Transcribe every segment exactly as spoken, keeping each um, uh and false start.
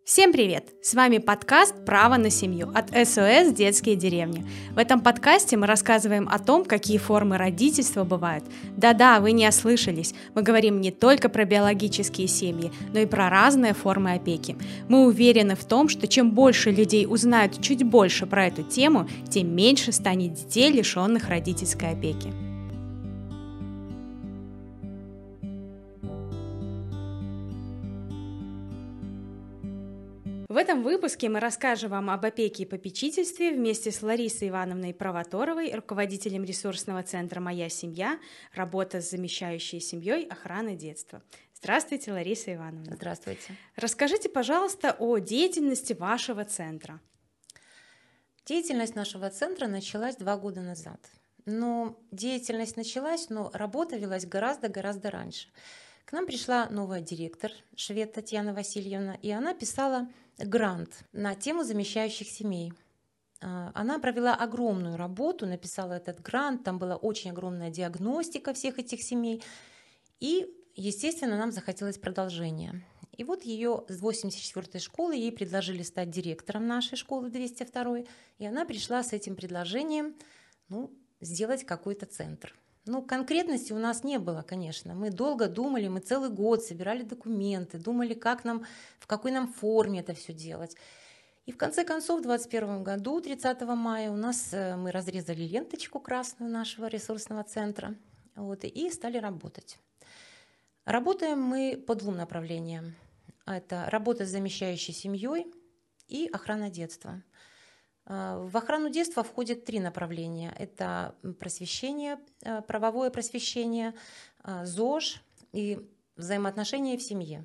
Всем привет! С вами подкаст «Право на семью» от эс о эс «Детские деревни». В этом подкасте мы рассказываем о том, какие формы родительства бывают. Да-да, вы не ослышались. Мы говорим не только про биологические семьи, но и про разные формы опеки. Мы уверены в том, что чем больше людей узнают чуть больше про эту тему, тем меньше станет детей, лишенных родительской опеки. В этом выпуске мы расскажем вам об опеке и попечительстве вместе с Ларисой Ивановной Провоторовой, руководителем ресурсного центра «Моя семья», работа с замещающей семьей, охрана детства. Здравствуйте, Лариса Ивановна. Здравствуйте. Расскажите, пожалуйста, о деятельности вашего центра. Деятельность нашего центра началась два года назад. Но деятельность началась, но работа велась гораздо-гораздо раньше. К нам пришла новая директор, швед Татьяна Васильевна, и она писала грант на тему замещающих семей. Она провела огромную работу, написала этот грант, там была очень огромная диагностика всех этих семей, и, естественно, нам захотелось продолжения. И вот ее с восемьдесят четвёртой школы ей предложили стать директором нашей школы двести второй, и она пришла с этим предложением, ну, сделать какой-то центр. Ну, конкретности у нас не было, конечно. Мы долго думали, мы целый год собирали документы, думали, как нам, в какой нам форме это все делать. И в конце концов, в двадцать первом году, тридцатого мая, у нас мы разрезали ленточку красную нашего ресурсного центра, вот, и стали работать. Работаем мы по двум направлениям. Это работа с замещающей семьей и охрана детства. В охрану детства входит три направления. Это просвещение, правовое просвещение, ЗОЖ и взаимоотношения в семье.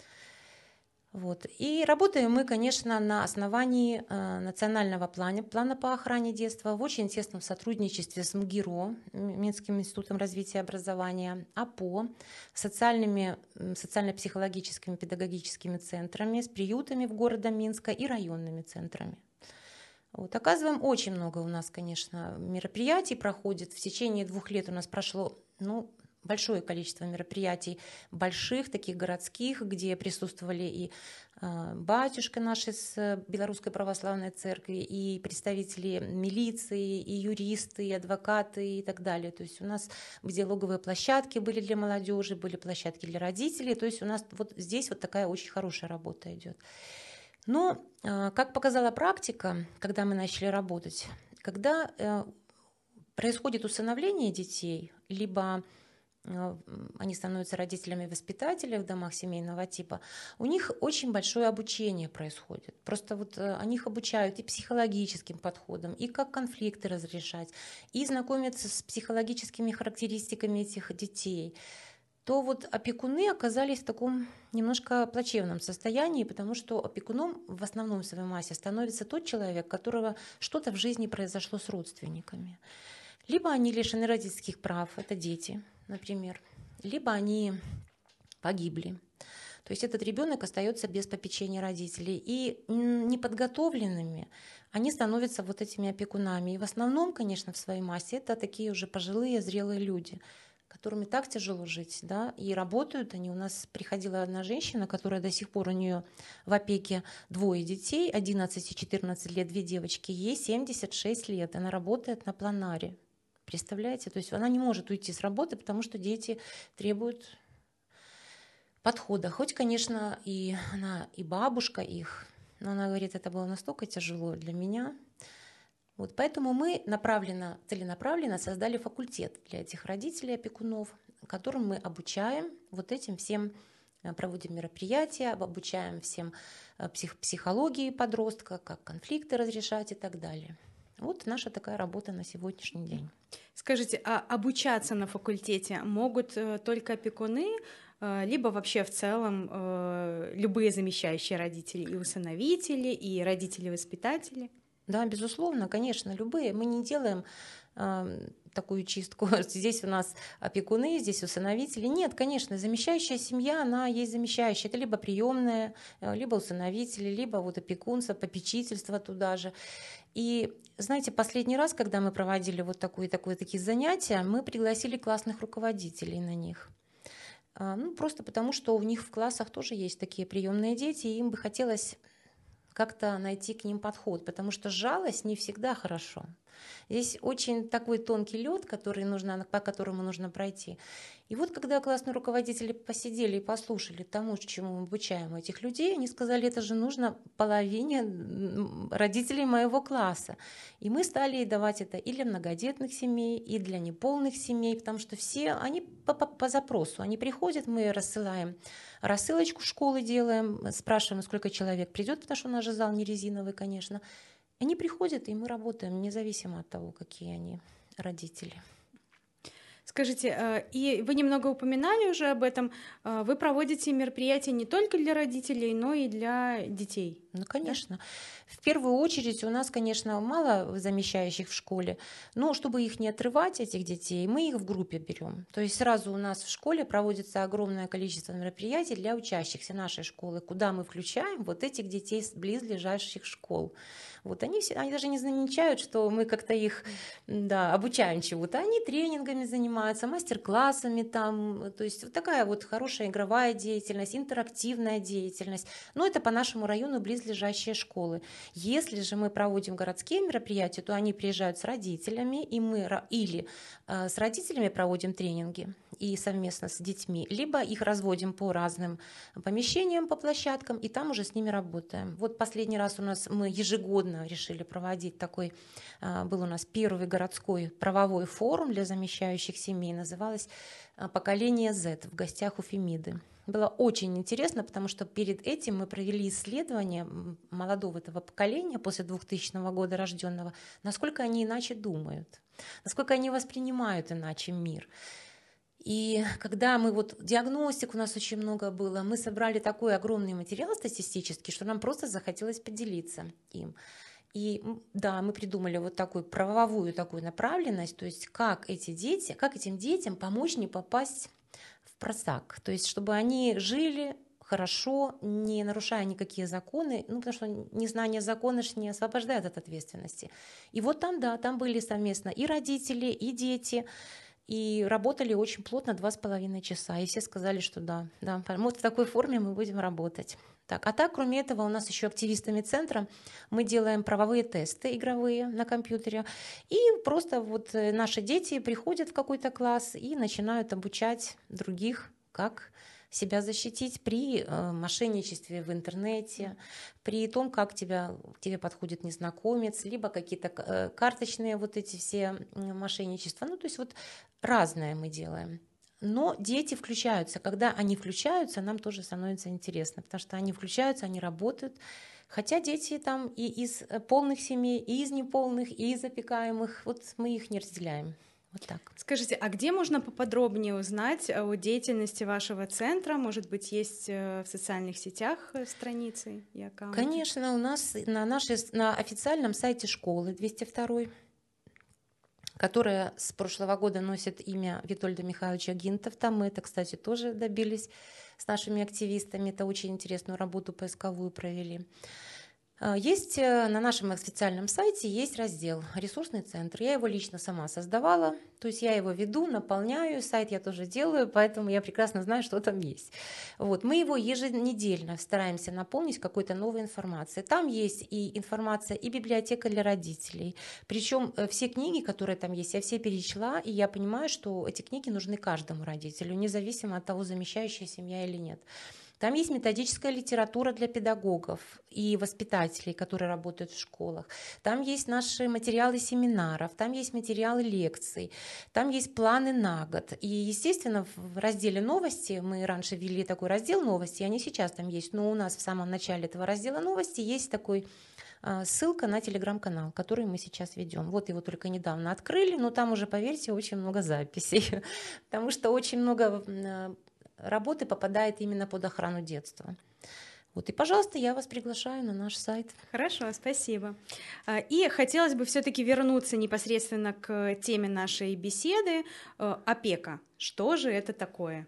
Вот. И работаем мы, конечно, на основании национального плана, плана по охране детства в очень тесном сотрудничестве с МГИРО, Минским институтом развития и образования, АПО, социальными, социально-психологическими педагогическими центрами, с приютами в городе Минска и районными центрами. Вот. Оказываем очень много у нас, конечно, мероприятий проходит. В течение двух лет у нас прошло ну, большое количество мероприятий, больших, таких городских, где присутствовали и э, батюшка наши с Белорусской православной церкви, и представители милиции, и юристы, и адвокаты, и так далее. То есть у нас диалоговые площадки были для молодежи, были площадки для родителей. То есть у нас вот здесь вот такая очень хорошая работа идет. Но, как показала практика, когда мы начали работать, когда происходит усыновление детей, либо они становятся родителями-воспитателями в домах семейного типа, у них очень большое обучение происходит. Просто вот они их обучают и психологическим подходам, и как конфликты разрешать, и знакомятся с психологическими характеристиками этих детей. То вот опекуны оказались в таком немножко плачевном состоянии, потому что опекуном в основном в своей массе становится тот человек, у которого что-то в жизни произошло с родственниками. Либо они лишены родительских прав, это дети, например, либо они погибли. То есть этот ребенок остается без попечения родителей. И неподготовленными они становятся вот этими опекунами. И в основном, конечно, в своей массе это такие уже пожилые, зрелые люди, которым и так тяжело жить, да, и работают они. У нас приходила одна женщина, которая до сих пор, у нее в опеке двое детей, одиннадцать и четырнадцать лет, две девочки, ей семьдесят шесть лет, она работает на планаре, представляете, то есть она не может уйти с работы, потому что дети требуют подхода, хоть, конечно, и она, и бабушка их, но она говорит, это было настолько тяжело для меня. Вот поэтому мы направленно, целенаправленно создали факультет для этих родителей, опекунов, которым мы обучаем вот этим всем, проводим мероприятия, обучаем всем псих, психологии подростка, как конфликты разрешать и так далее. Вот наша такая работа на сегодняшний день. Скажите, а обучаться на факультете могут только опекуны, либо вообще в целом любые замещающие родители, и усыновители, и родители-воспитатели? Да, безусловно, конечно, любые. Мы не делаем э, такую чистку. Здесь у нас опекуны, здесь усыновители. Нет, конечно, замещающая семья, она есть замещающая. Это либо приемная, либо усыновители, либо вот опекунство, попечительство туда же. И знаете, последний раз, когда мы проводили вот такое, такое, такие занятия, мы пригласили классных руководителей на них. Ну, просто потому, что у них в классах тоже есть такие приемные дети, и им бы хотелось как-то найти к ним подход, потому что жалость не всегда хорошо. Здесь очень такой тонкий лед, который нужно, по которому нужно пройти. И вот когда классные руководители посидели и послушали тому, чему мы обучаем этих людей, они сказали, это же нужно половине родителей моего класса. И мы стали давать это и для многодетных семей, и для неполных семей, потому что все, они по, по, по запросу, они приходят, мы рассылаем рассылочку, школы делаем, спрашиваем, сколько человек придет, потому что у нас же зал не резиновый, конечно. Они приходят, и мы работаем, независимо от того, какие они родители. Скажите, и вы немного упоминали уже об этом, вы проводите мероприятия не только для родителей, но и для детей? Ну, конечно. Да? В первую очередь у нас, конечно, мало замещающих в школе, но чтобы их не отрывать, этих детей, мы их в группе берем. То есть сразу у нас в школе проводится огромное количество мероприятий для учащихся нашей школы, куда мы включаем вот этих детей с близлежащих школ. Вот они, все, они даже не замечают, что мы как-то их да, обучаем чему-то. Они тренингами занимаются, мастер-классами там. То есть вот такая вот хорошая игровая деятельность, интерактивная деятельность. Но это по нашему району близлежащие школы. Если же мы проводим городские мероприятия, то они приезжают с родителями, и мы или э, с родителями проводим тренинги и совместно с детьми, либо их разводим по разным помещениям, по площадкам, и там уже с ними работаем. Вот последний раз у нас мы ежегодно решили проводить такой, э, был у нас первый городской правовой форум для замещающих семей, называлось «Поколение Z» в гостях у Фемиды. Было очень интересно, потому что перед этим мы провели исследование молодого этого поколения после двухтысячного года рожденного, насколько они иначе думают, насколько они воспринимают иначе мир. И когда мы вот диагностик у нас очень много было, мы собрали такой огромный материал статистический, что нам просто захотелось поделиться им. И да, мы придумали вот такую правовую такую направленность, то есть как эти дети, как этим детям помочь не попасть в просак, то есть чтобы они жили хорошо, не нарушая никакие законы, ну потому что незнание закона же не освобождает от ответственности. И вот там, да, там были совместно и родители, и дети, и работали очень плотно два с половиной часа, и все сказали, что да, да, вот в такой форме мы будем работать. Так, а так, кроме этого, у нас еще активистами центра мы делаем правовые тесты игровые на компьютере. И просто вот наши дети приходят в какой-то класс и начинают обучать других, как себя защитить при э, мошенничестве в интернете, при том, как тебя, к тебе подходит незнакомец, либо какие-то э, карточные вот эти все мошенничества. Ну, то есть вот разное мы делаем. Но дети включаются. Когда они включаются, нам тоже становится интересно, потому что они включаются, они работают. Хотя дети там и из полных семей, и из неполных, и из опекаемых, вот мы их не разделяем. Вот так. Скажите, а где можно поподробнее узнать о деятельности вашего центра? Может быть, есть в социальных сетях страницы и аккаунты? Конечно, у нас на, нашей, на официальном сайте школы двести два, которая с прошлого года носит имя Витольда Михайловича Гинтов. Там мы это, кстати, тоже добились с нашими активистами. Это очень интересную работу поисковую провели. Есть на нашем официальном сайте есть раздел «Ресурсный центр». Я его лично сама создавала, то есть я его веду, наполняю, сайт я тоже делаю, поэтому я прекрасно знаю, что там есть. Вот. Мы его еженедельно стараемся наполнить какой-то новой информацией. Там есть и информация, и библиотека для родителей. Причем все книги, которые там есть, я все перечла, и я понимаю, что эти книги нужны каждому родителю, независимо от того, замещающая семья или нет. Там есть методическая литература для педагогов и воспитателей, которые работают в школах. Там есть наши материалы семинаров, там есть материалы лекций, там есть планы на год. И, естественно, в разделе «Новости» мы раньше ввели такой раздел «Новости», и они сейчас там есть, но у нас в самом начале этого раздела «Новости» есть такой ссылка на телеграм-канал, который мы сейчас ведем. Вот его только недавно открыли, но там уже, поверьте, очень много записей, потому что очень много работы попадает именно под охрану детства. Вот, и, пожалуйста, я вас приглашаю на наш сайт. Хорошо, спасибо. И хотелось бы все-таки вернуться непосредственно к теме нашей беседы. Опека. Что же это такое?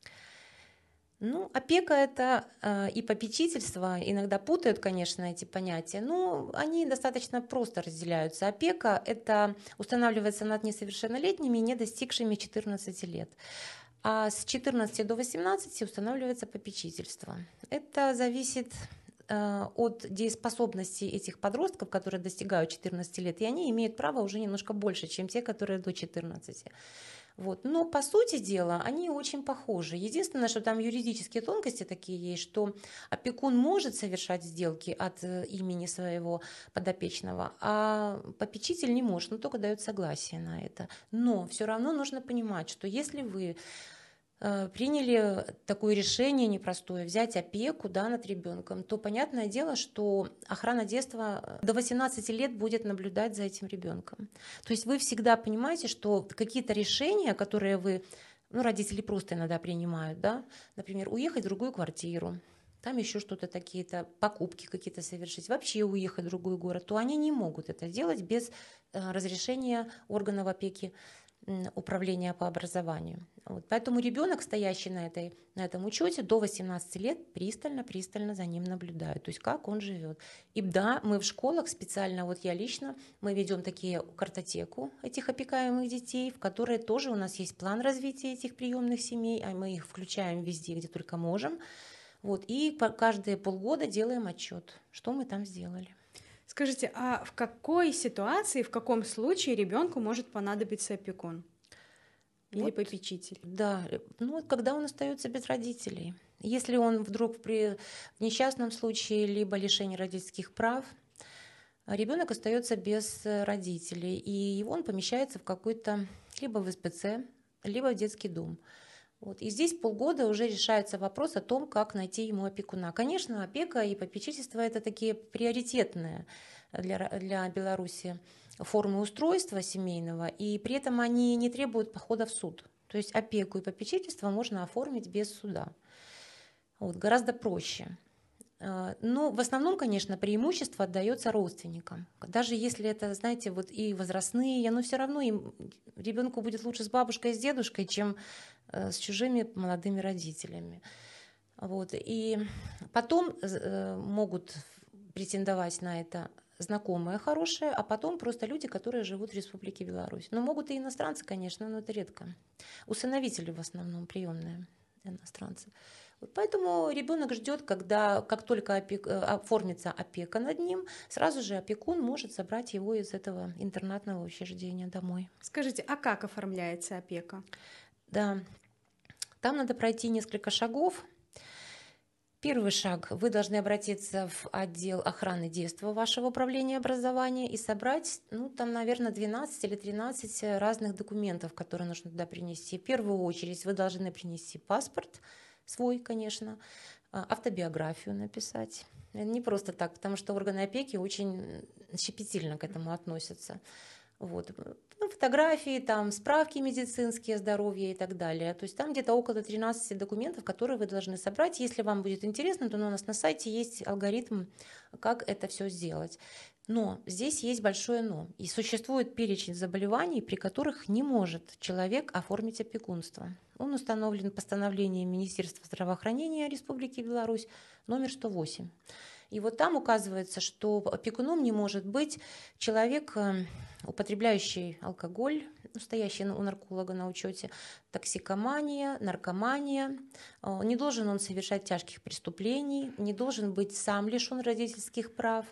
Ну, опека — это э, и попечительство, иногда путают, конечно, эти понятия, но они достаточно просто разделяются. Опека — это устанавливается над несовершеннолетними, не достигшими четырнадцати лет. А с четырнадцати до восемнадцати устанавливается попечительство. Это зависит от дееспособности этих подростков, которые достигают четырнадцати лет, и они имеют право уже немножко больше, чем те, которые до четырнадцати. Вот. Но по сути дела они очень похожи. Единственное, что там юридические тонкости такие есть, что опекун может совершать сделки от имени своего подопечного, а попечитель не может, но только дает согласие на это. Но все равно нужно понимать, что если вы приняли такое решение непростое, взять опеку, да, над ребенком, то понятное дело, что охрана детства до восемнадцати лет будет наблюдать за этим ребенком. То есть вы всегда понимаете, что какие-то решения, которые вы, ну, родители просто иногда принимают, да, например, уехать в другую квартиру, там еще что-то, какие-то покупки какие-то совершить, вообще уехать в другой город, то они не могут это делать без разрешения органов опеки, управления по образованию. Вот. Поэтому ребенок, стоящий на, этой, на этом учете, до восемнадцати лет пристально-пристально за ним наблюдают, то есть как он живет. И да, мы в школах специально, вот я лично, мы ведем такие картотеку этих опекаемых детей, в которой тоже у нас есть план развития этих приемных семей, а мы их включаем везде, где только можем. Вот. И каждые полгода делаем отчет, что мы там сделали. Скажите, а в какой ситуации, в каком случае ребенку может понадобиться опекун или вот, попечитель? Да, ну когда он остается без родителей. Если он вдруг при несчастном случае либо лишении родительских прав, ребенок остается без родителей, и он помещается в какой-то либо в эс пэ цэ, либо в детский дом. Вот. И здесь полгода уже решается вопрос о том, как найти ему опекуна. Конечно, опека и попечительство – это такие приоритетные для, для Беларуси формы устройства семейного, и при этом они не требуют похода в суд. То есть опеку и попечительство можно оформить без суда. Вот, гораздо проще. Но в основном, конечно, преимущество отдается родственникам. Даже если это, знаете, вот и возрастные, но все равно им, ребенку будет лучше с бабушкой и с дедушкой, чем с чужими молодыми родителями. Вот. И потом могут претендовать на это знакомые хорошие, а потом просто люди, которые живут в Республике Беларусь. Но могут и иностранцы, конечно, но это редко. Усыновители в основном приемные иностранцы. Вот поэтому ребенок ждет, когда, как только опек, оформится опека над ним, сразу же опекун может забрать его из этого интернатного учреждения домой. Скажите, а как оформляется опека? Да, там надо пройти несколько шагов. Первый шаг. Вы должны обратиться в отдел охраны детства вашего управления образования и собрать, ну, там, наверное, двенадцать или тринадцать разных документов, которые нужно туда принести. В первую очередь вы должны принести паспорт свой, конечно, автобиографию написать. Не просто так, потому что органы опеки очень щепетильно к этому относятся. Вот. Ну, фотографии, там, справки медицинские, здоровье и так далее. То есть там где-то около тринадцати документов, которые вы должны собрать. Если вам будет интересно, то у нас на сайте есть алгоритм, как это все сделать. Но здесь есть большое но. И существует перечень заболеваний, при которых не может человек оформить опекунство. Он установлен постановлением Министерства здравоохранения Республики Беларусь номер сто восемь. И вот там указывается, что опекуном не может быть человек, употребляющий алкоголь, стоящий у нарколога на учете, токсикомания, наркомания. Не должен он совершать тяжких преступлений, не должен быть сам лишен родительских прав,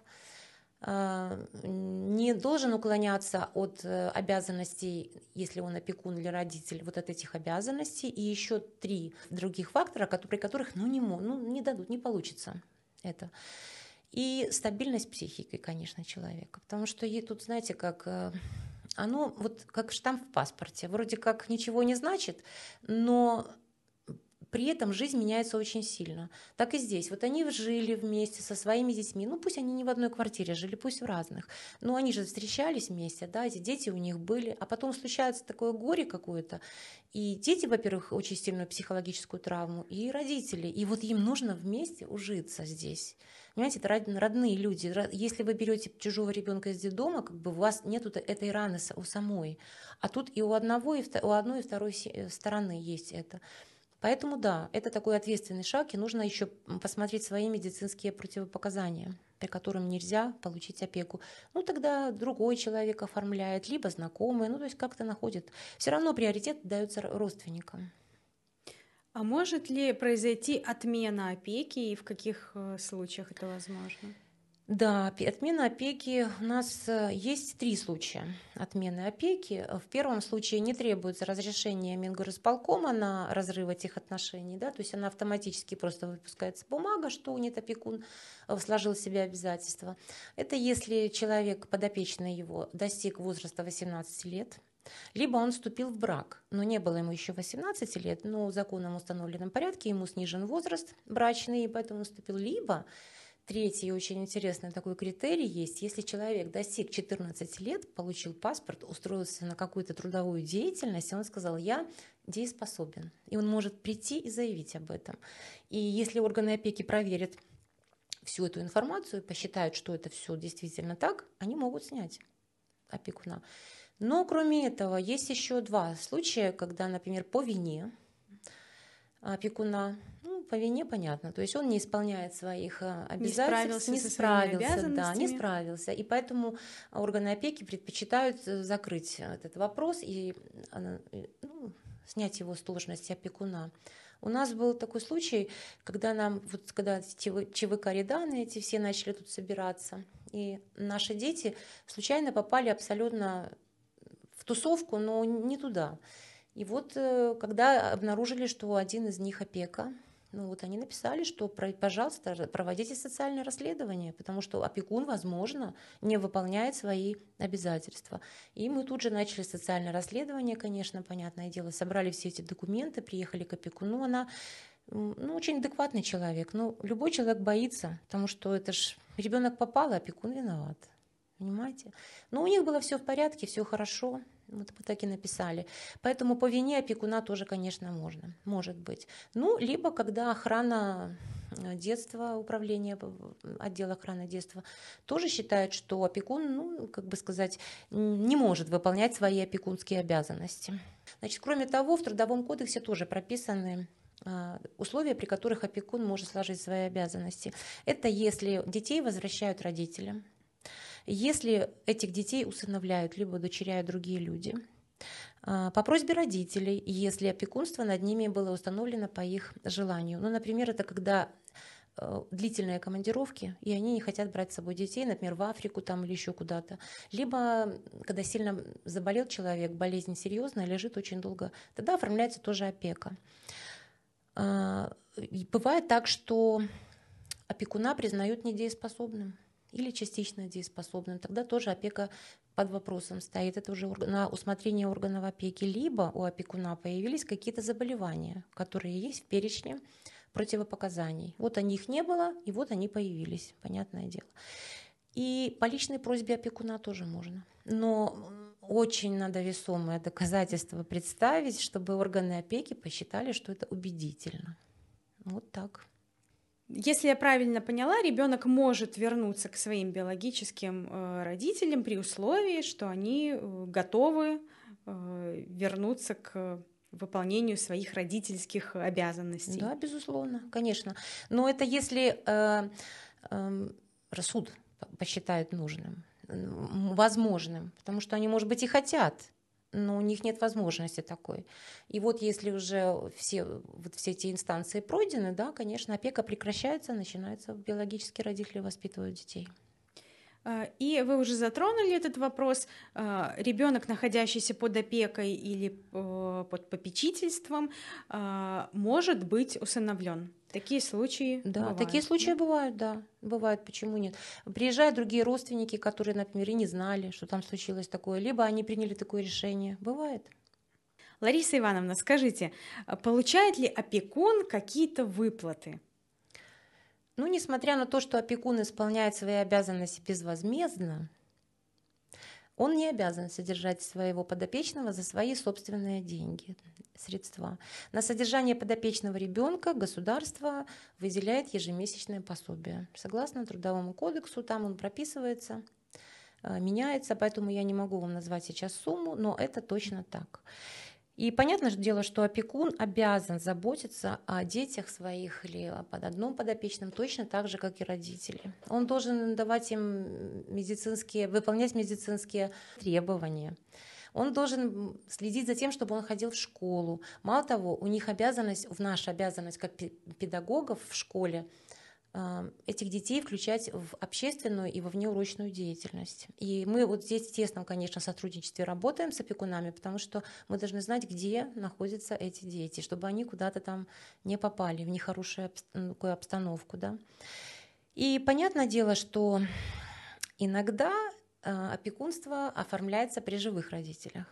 не должен уклоняться от обязанностей, если он опекун или родитель, вот от этих обязанностей. И еще три других фактора, при которых ну, не, ну, не дадут, не получится это. И стабильность психики, конечно, человека. Потому что тут, знаете, как оно вот как штамп в паспорте. Вроде как ничего не значит, но при этом жизнь меняется очень сильно. Так и здесь. Вот они жили вместе со своими детьми. Ну, пусть они не в одной квартире жили, пусть в разных. Но они же встречались вместе, да, эти дети у них были. А потом случается такое горе какое-то. И дети, во-первых, очень сильную психологическую травму, и родители. И вот им нужно вместе ужиться здесь. Понимаете, это родные люди. Если вы берете чужого ребенка из детдома, как бы у вас нету этой раны у самой. А тут и у одного, и у одной, и второй стороны есть это. Поэтому да, это такой ответственный шаг, и нужно еще посмотреть свои медицинские противопоказания, при которых нельзя получить опеку. Ну тогда другой человек оформляет, либо знакомый, ну то есть как-то находит. Все равно приоритет дается родственникам. А может ли произойти отмена опеки и в каких э, случаях это возможно? Да, пе- отмена опеки у нас э, есть три случая отмены опеки. Э, В первом случае не требуется разрешение Мингорисполкома на разрыв этих отношений, да, то есть она автоматически просто выпускается бумага, что нет опекун э, сложил в себе обязательства. Это если человек, подопечный его, достиг возраста восемнадцати лет, либо он вступил в брак, но не было ему еще восемнадцати лет, но в законом установленном порядке ему снижен возраст брачный, и поэтому он вступил, либо третий очень интересный такой критерий есть. Если человек достиг четырнадцати лет, получил паспорт, устроился на какую-то трудовую деятельность, и он сказал: я дееспособен. И он может прийти и заявить об этом. И если органы опеки проверят всю эту информацию и посчитают, что это все действительно так, они могут снять опекуна. Но кроме этого, есть еще два случая, когда, например, по вине опекуна, ну, по вине понятно, то есть он не исполняет своих э, Не обязательств, справился не со своими справился, да, не обязанностями? справился, и поэтому органы опеки предпочитают э, закрыть этот вопрос и э, ну, снять его с должности опекуна. У нас был такой случай, когда нам, вот когда ЧВК Ряданы эти все начали тут собираться, и наши дети случайно попали абсолютно в тусовку, но не туда. И вот э, когда обнаружили, что один из них опека, ну вот они написали, что, пожалуйста, проводите социальное расследование, потому что опекун, возможно, не выполняет свои обязательства. И мы тут же начали социальное расследование, конечно, понятное дело, собрали все эти документы, приехали к опекуну. Она ну, очень адекватный человек. Ну, любой человек боится, потому что это ж ребенок попал, а опекун виноват. Понимаете? Но у них было все в порядке, все хорошо. Вот мы так и написали. Поэтому по вине опекуна тоже, конечно, можно. Может быть. Ну, либо когда охрана детства, управление, отдел охраны детства тоже считает, что опекун, ну, как бы сказать, не может выполнять свои опекунские обязанности. Значит, кроме того, в Трудовом кодексе тоже прописаны условия, при которых опекун может сложить свои обязанности. Это если детей возвращают родителям, если этих детей усыновляют либо удочеряют другие люди, по просьбе родителей, если опекунство над ними было установлено по их желанию. Ну, например, это когда длительные командировки, и они не хотят брать с собой детей, например, в Африку там или еще куда-то. Либо, когда сильно заболел человек, болезнь серьезная, лежит очень долго, тогда оформляется тоже опека. Бывает так, что опекуна признают недееспособным или частично дееспособным, тогда тоже опека под вопросом стоит. Это уже на усмотрение органов опеки. Либо у опекуна появились какие-то заболевания, которые есть в перечне противопоказаний. Вот они их не было, и вот они появились, понятное дело. И по личной просьбе опекуна тоже можно. Но очень надо весомое доказательство представить, чтобы органы опеки посчитали, что это убедительно. Вот так. Если я правильно поняла, ребенок может вернуться к своим биологическим э, родителям при условии, что они э, готовы э, вернуться к выполнению своих родительских обязанностей. Да, безусловно, конечно. Но это если э, э, суд посчитает нужным, возможным, потому что они, может быть, и хотят, но у них нет возможности такой. И вот если уже все, вот все эти инстанции пройдены, да, конечно, опека прекращается, начинается, биологические родители воспитывают детей. И вы уже затронули этот вопрос. Ребенок, находящийся под опекой или под попечительством, может быть усыновлен. Такие случаи да, бывают. Такие случаи да? бывают, да. Бывают, почему нет. Приезжают другие родственники, которые, например, и не знали, что там случилось такое, либо они приняли такое решение. Бывает. Лариса Ивановна, скажите, получает ли опекун какие-то выплаты? Ну, несмотря на то, что опекун исполняет свои обязанности безвозмездно, он не обязан содержать своего подопечного за свои собственные деньги, средства. На содержание подопечного ребенка государство выделяет ежемесячное пособие. Согласно Трудовому кодексу, там он прописывается, меняется, поэтому я не могу вам назвать сейчас сумму, но это точно так. И понятное дело, что опекун обязан заботиться о детях своих или под одном подопечном точно так же, как и родители. Он должен давать им медицинские, выполнять медицинские требования. Он должен следить за тем, чтобы он ходил в школу. Мало того, у них обязанность, в наша обязанность как педагогов в школе, этих детей включать в общественную и во внеурочную деятельность. И мы вот здесь в тесном, конечно, сотрудничестве работаем с опекунами, потому что мы должны знать, где находятся эти дети, чтобы они куда-то там не попали в нехорошую такую обстановку. Да? И понятное дело, что иногда опекунство оформляется при живых родителях.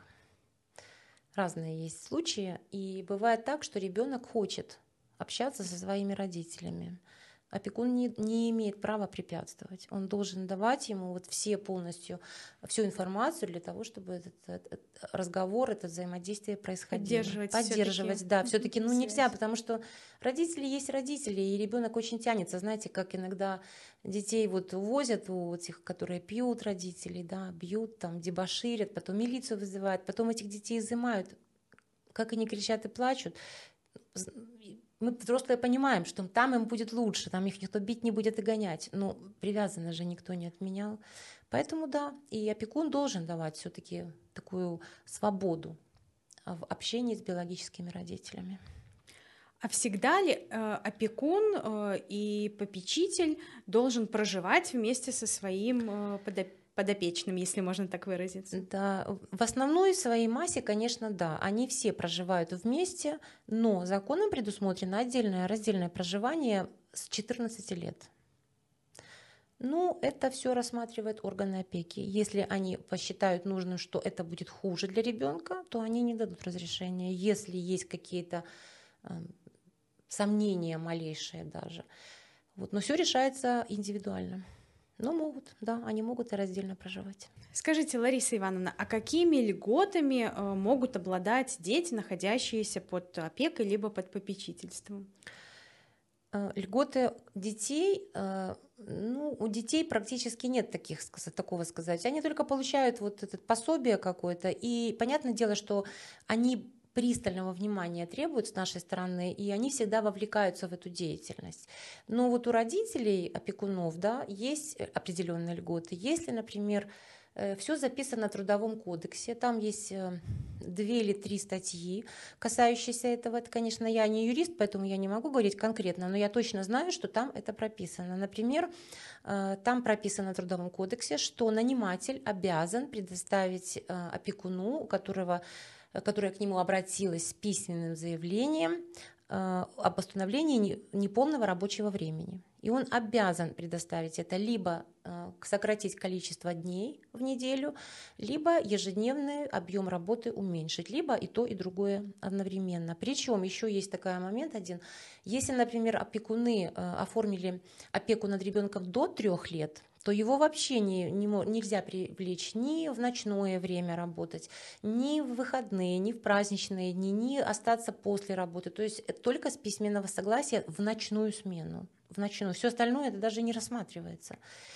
Разные есть случаи. И бывает так, что ребенок хочет общаться со своими родителями. Опекун не, не имеет права препятствовать. Он должен давать ему вот все полностью, всю информацию для того, чтобы этот, этот разговор, это взаимодействие происходило. Поддерживать. Поддерживать, все-таки. да. Все-таки ну, нельзя, потому что родители есть родители, и ребенок очень тянется. Знаете, как иногда детей вот увозят у этих, которые пьют родителей, да, бьют, там, дебоширят, потом милицию вызывают, потом этих детей изымают. Как они кричат и плачут. Мы, взрослые, понимаем, что там им будет лучше, там их никто бить не будет и гонять. Но привязанность же никто не отменял. Поэтому да, и опекун должен давать все-таки такую свободу в общении с биологическими родителями. А всегда ли э, опекун э, и попечитель должен проживать вместе со своим э, подопечным? подопечным, если можно так выразиться. Да, в основной своей массе, конечно, да, они все проживают вместе, но законом предусмотрено отдельное раздельное проживание с четырнадцати лет. Ну, это все рассматривают органы опеки. Если они посчитают нужным, что это будет хуже для ребенка, то они не дадут разрешения. Если есть какие-то э, сомнения малейшие даже. Вот. Но все решается индивидуально. Но могут, да, они могут и раздельно проживать. Скажите, Лариса Ивановна, а какими льготами э, могут обладать дети, находящиеся под опекой либо под попечительством? Э, льготы детей, э, ну, у детей практически нет таких, такого сказать. Они только получают вот это пособие какое-то, и понятное дело, что они пристального внимания требуют с нашей стороны, и они всегда вовлекаются в эту деятельность. Но вот у родителей, опекунов, да, есть определенные льготы. Если, например, все записано в Трудовом кодексе, там есть две или три статьи, касающиеся этого. Это, конечно, я не юрист, поэтому я не могу говорить конкретно, но я точно знаю, что там это прописано. Например, там прописано в Трудовом кодексе, что наниматель обязан предоставить опекуну, у которого которая к нему обратилась с письменным заявлением э, об установлении неполного рабочего времени. И он обязан предоставить это либо э, сократить количество дней в неделю, либо ежедневный объем работы уменьшить, либо и то, и другое одновременно. Причем еще есть такой момент один. Если, например, опекуны э, оформили опеку над ребенком до трех лет, то его вообще не, не, нельзя привлечь ни в ночное время работать, ни в выходные, ни в праздничные дни, ни остаться после работы. То есть только с письменного согласия в ночную смену. В ночную. Все остальное это даже не рассматривается.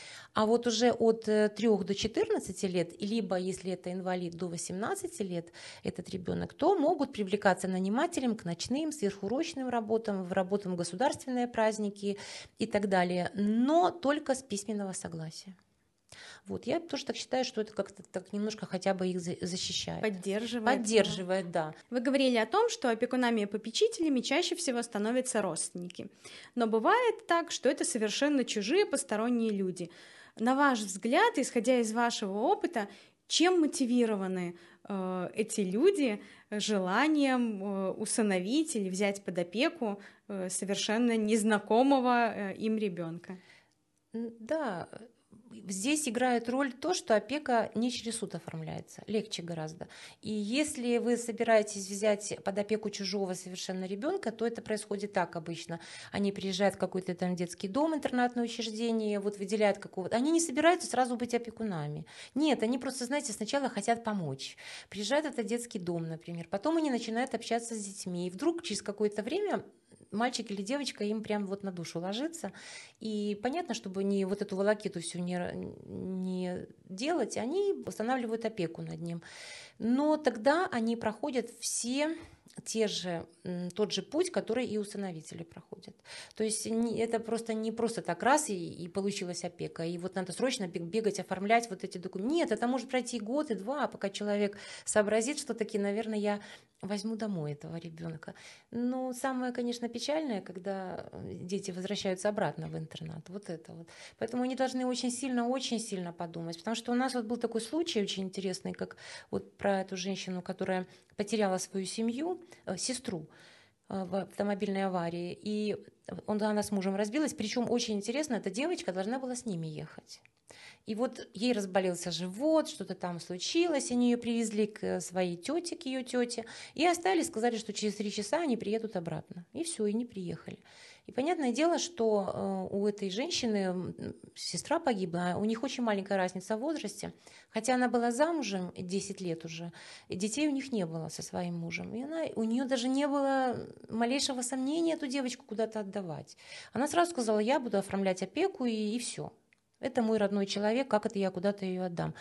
А вот уже от трёх до четырнадцати лет, либо если это инвалид до восемнадцати лет, этот ребенок, то могут привлекаться нанимателем к ночным, сверхурочным работам, в работам в государственные праздники и так далее, но только с письменного согласия. Вот, я тоже так считаю, что это как-то так немножко хотя бы их защищает. Поддерживает. Поддерживает, да. Вы говорили о том, что опекунами и попечителями чаще всего становятся родственники. Но бывает так, что это совершенно чужие посторонние люди. На ваш взгляд, исходя из вашего опыта, чем мотивированы э, эти люди желанием э, усыновить или взять под опеку э, совершенно незнакомого э, им ребенка? Да, здесь играет роль то, что опека не через суд оформляется, легче гораздо. И если вы собираетесь взять под опеку чужого совершенно ребенка, то это происходит так обычно. Они приезжают в какой-то там детский дом, интернатное учреждение, вот выделяют какого-то. Они не собираются сразу быть опекунами. Нет, они просто, знаете, сначала хотят помочь. Приезжают в этот детский дом, например, потом они начинают общаться с детьми, и вдруг через какое-то время мальчик или девочка им прям вот на душу ложится. И понятно, чтобы не вот эту волокиту всю не, не делать, они устанавливают опеку над ним. Но тогда они проходят все те же, тот же путь, который и усыновители проходят. То есть это просто не просто так раз и, и получилась опека, и вот надо срочно бегать, оформлять вот эти документы. Нет, это может пройти год и два, пока человек сообразит, что таки, наверное, я возьму домой этого ребенка. Но самое, конечно, печальное, когда дети возвращаются обратно в интернат. Вот это вот. Поэтому они должны очень сильно, очень сильно подумать. Потому что у нас вот был такой случай очень интересный, как вот про эту женщину, которая потеряла свою семью, э, сестру э, в автомобильной аварии. И он, она с мужем разбилась. Причем очень интересно, эта девочка должна была с ними ехать. И вот ей разболелся живот, что-то там случилось, они ее привезли к своей тете, к ее тете, и оставили, сказали, что через три часа они приедут обратно. И все, и не приехали. И понятное дело, что у этой женщины сестра погибла, у них очень маленькая разница в возрасте, хотя она была замужем десять лет уже, и детей у них не было со своим мужем. И она, у нее даже не было малейшего сомнения эту девочку куда-то отдавать. Она сразу сказала, я буду оформлять опеку, и, и все. Это мой родной человек, как это я куда-то ее отдам.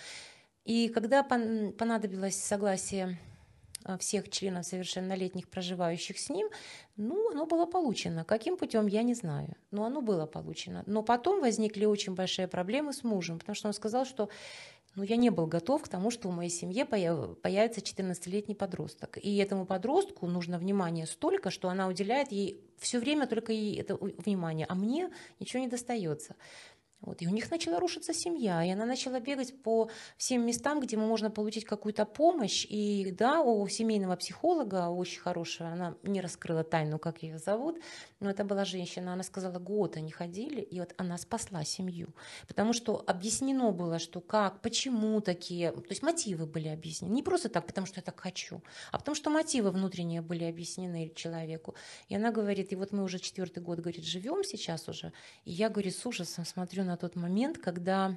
И когда понадобилось согласие всех членов совершеннолетних, проживающих с ним, ну, оно было получено. Каким путем, я не знаю, но оно было получено. Но потом возникли очень большие проблемы с мужем, потому что он сказал, что ну, я не был готов к тому, что в моей семье появится четырнадцатилетний подросток. И этому подростку нужно внимание столько, что она уделяет ей все время только ей это внимание, а мне ничего не достается. Вот. И у них начала рушиться семья, и она начала бегать по всем местам, где можно получить какую-то помощь. И да, у семейного психолога, очень хорошего, она не раскрыла тайну, как ее зовут, но это была женщина, она сказала, год они ходили, и вот она спасла семью. Потому что объяснено было, что как, почему такие, то есть мотивы были объяснены. Не просто так, потому что я так хочу, а потому что мотивы внутренние были объяснены человеку. И она говорит, и вот мы уже четвертый год, говорит, живем сейчас уже, и я, говорит, с ужасом смотрю на тот момент, когда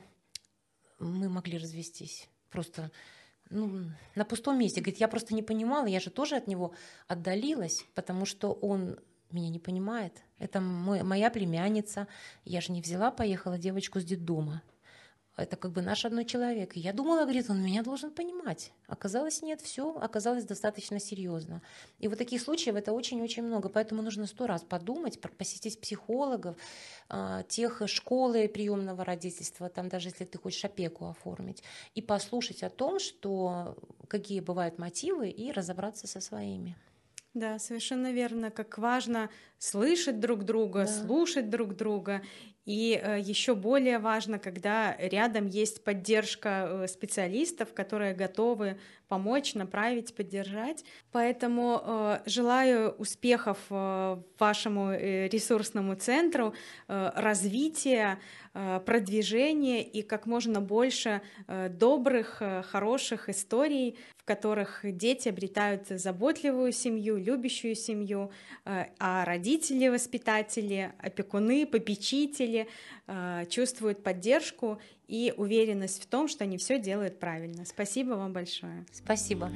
мы могли развестись. Просто ну, на пустом месте. Говорит, я просто не понимала, я же тоже от него отдалилась, потому что он меня не понимает. Это мой, моя племянница. Я же не взяла, поехала девочку с детдома. Это как бы наш родной человек. И я думала, говорит, он меня должен понимать. Оказалось, нет, все оказалось достаточно серьезно. И вот таких случаев это очень-очень много. Поэтому нужно сто раз подумать, посетить психологов, тех школы приемного родительства, там даже если ты хочешь опеку оформить, и послушать о том, что какие бывают мотивы, и разобраться со своими. Да, совершенно верно, как важно слышать друг друга, да. слушать друг друга. И э, еще более важно, когда рядом есть поддержка э, специалистов, которые готовы помочь, направить, поддержать. Поэтому э, желаю успехов э, вашему э, ресурсному центру, э, развития, э, продвижения и как можно больше э, добрых, э, хороших историй, в которых дети обретают заботливую семью, любящую семью, э, а родители, воспитатели, опекуны, попечители чувствуют поддержку и уверенность в том, что они все делают правильно. Спасибо вам большое. Спасибо.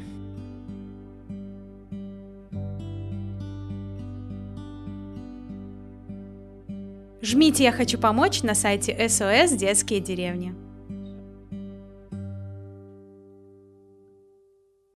Жмите «Я хочу помочь» на сайте эс о эс «Детские деревни».